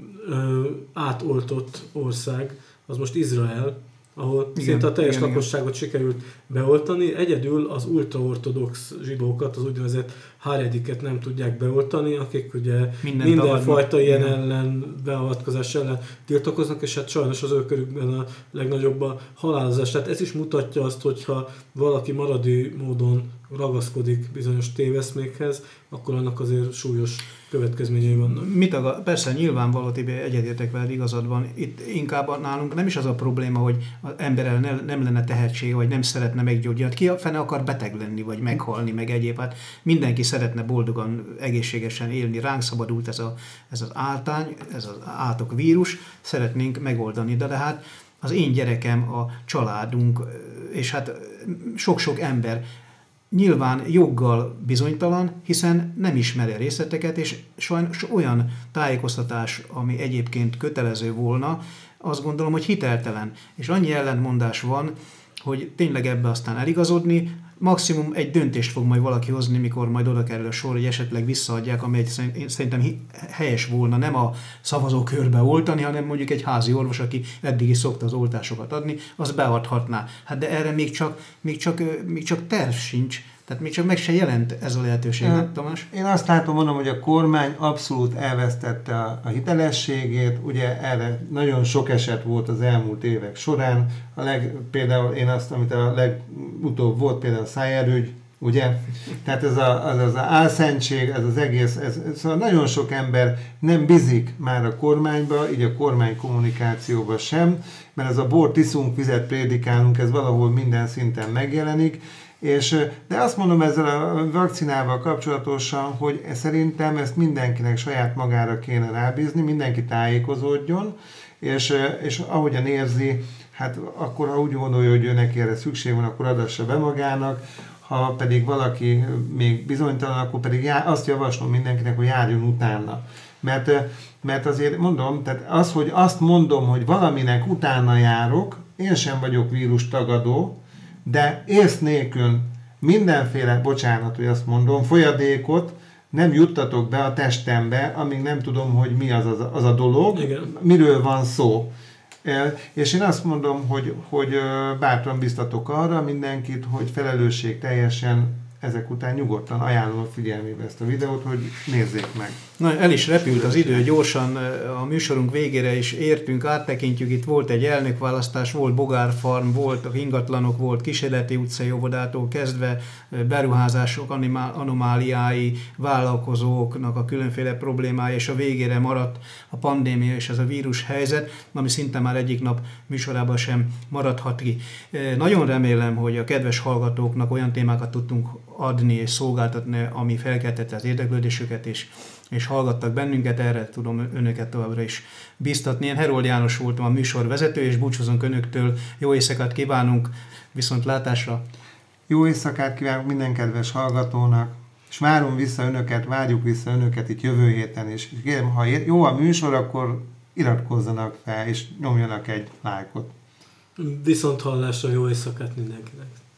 ö, átoltott ország, az most Izrael, ahol igen, szinte a teljes igen, lakosságot igen. sikerült beoltani, egyedül az ultraortodox zsidókat, az úgynevezett harediket nem tudják beoltani, akik ugye minden mindenfajta ilyen igen. ellen, beavatkozás ellen tiltakoznak, és hát sajnos az ő körükben a legnagyobb a halálozás. Tehát ez is mutatja azt, hogyha valaki maradi módon ragaszkodik bizonyos téveszmékhez, akkor annak azért súlyos következményei vannak. Mit akar? Persze, nyilvánvaló, Tibi, egyetértek veled, igazad van. Itt inkább nálunk nem is az a probléma, hogy az emberrel nem, nem lenne tehetsége, vagy nem szeretne meggyógyulni. Ki a fene akar beteg lenni, vagy meghalni, meg egyéb. Hát mindenki szeretne boldogan, egészségesen élni. Ránk szabadult ez, a, ez az áltány, ez az átok vírus, szeretnénk megoldani. De, de hát az én gyerekem, a családunk, és hát sok-sok ember nyilván joggal bizonytalan, hiszen nem ismeri a részleteket, és sajnos olyan tájékoztatás, ami egyébként kötelező volna, azt gondolom, hogy hiteltelen. És annyi ellentmondás van, hogy tényleg ebbe aztán eligazodni, maximum egy döntést fog majd valaki hozni, mikor majd oda kerül a sor, hogy esetleg visszaadják, amely szerintem helyes volna nem a szavazókörbe oltani, hanem mondjuk egy házi orvos, aki eddig is szokta az oltásokat adni, az beadhatná. Hát de erre még csak, még csak, még csak terv sincs, tehát még csak meg se jelent ez a lehetőség, nem, Tamás? Én azt látom, mondom, hogy a kormány abszolút elvesztette a, a hitelességét, ugye erre nagyon sok eset volt az elmúlt évek során, a leg, például én azt, amit a legutóbb volt, például a szájárügy, ugye? Tehát ez az, az, az álszentség, ez az egész, ez, szóval nagyon sok ember nem bízik már a kormányba, így a kormány kommunikációba sem, mert ez a bort iszunk, vizet prédikálunk, ez valahol minden szinten megjelenik, és, de azt mondom ezzel a vakcinával kapcsolatosan, hogy szerintem ezt mindenkinek saját magára kéne rábízni, mindenki tájékozódjon, és, és ahogyan érzi, hát akkor ha úgy gondolja, hogy ő neki erre szükség van, akkor adassa be magának, ha pedig valaki még bizonytalan, akkor pedig já, azt javaslom mindenkinek, hogy járjon utána. Mert, mert azért mondom, tehát az, hogy azt mondom, hogy valaminek utána járok, én sem vagyok vírustagadó, de ész nélkül mindenféle, bocsánat, hogy azt mondom, folyadékot nem juttatok be a testembe, amíg nem tudom, hogy mi az az, az a dolog, igen. miről van szó. És én azt mondom, hogy, hogy bátran biztatok arra mindenkit, hogy felelősség teljesen ezek után nyugodtan ajánlom a figyelmébe ezt a videót, hogy nézzék meg. Na, el is repült az idő, gyorsan a műsorunk végére is értünk, áttekintjük, itt volt egy elnökválasztás, volt bogárfarm, volt ingatlanok, volt kísérleti utcai óvodától kezdve beruházások, anomáliái, vállalkozóknak a különféle problémái, és a végére maradt a pandémia és ez a vírus helyzet, ami szinte már egyik nap műsorában sem maradhat ki. Nagyon remélem, hogy a kedves hallgatóknak olyan témákat tudtunk adni és szolgáltatni, ami felkeltette az érdeklődésüket, és, és hallgattak bennünket, erre tudom önöket továbbra is biztatni. Én Herold János voltam a műsorvezető, és búcsúzunk önöktől. Jó éjszakát kívánunk, viszontlátásra! Jó éjszakát kívánunk minden kedves hallgatónak, és várom vissza önöket, várjuk vissza önöket itt jövő héten, és kérem, ha jó a műsor, akkor iratkozzanak fel, és nyomjanak egy lájkot. Viszont hallásra, jó éjszakát mindenkinek!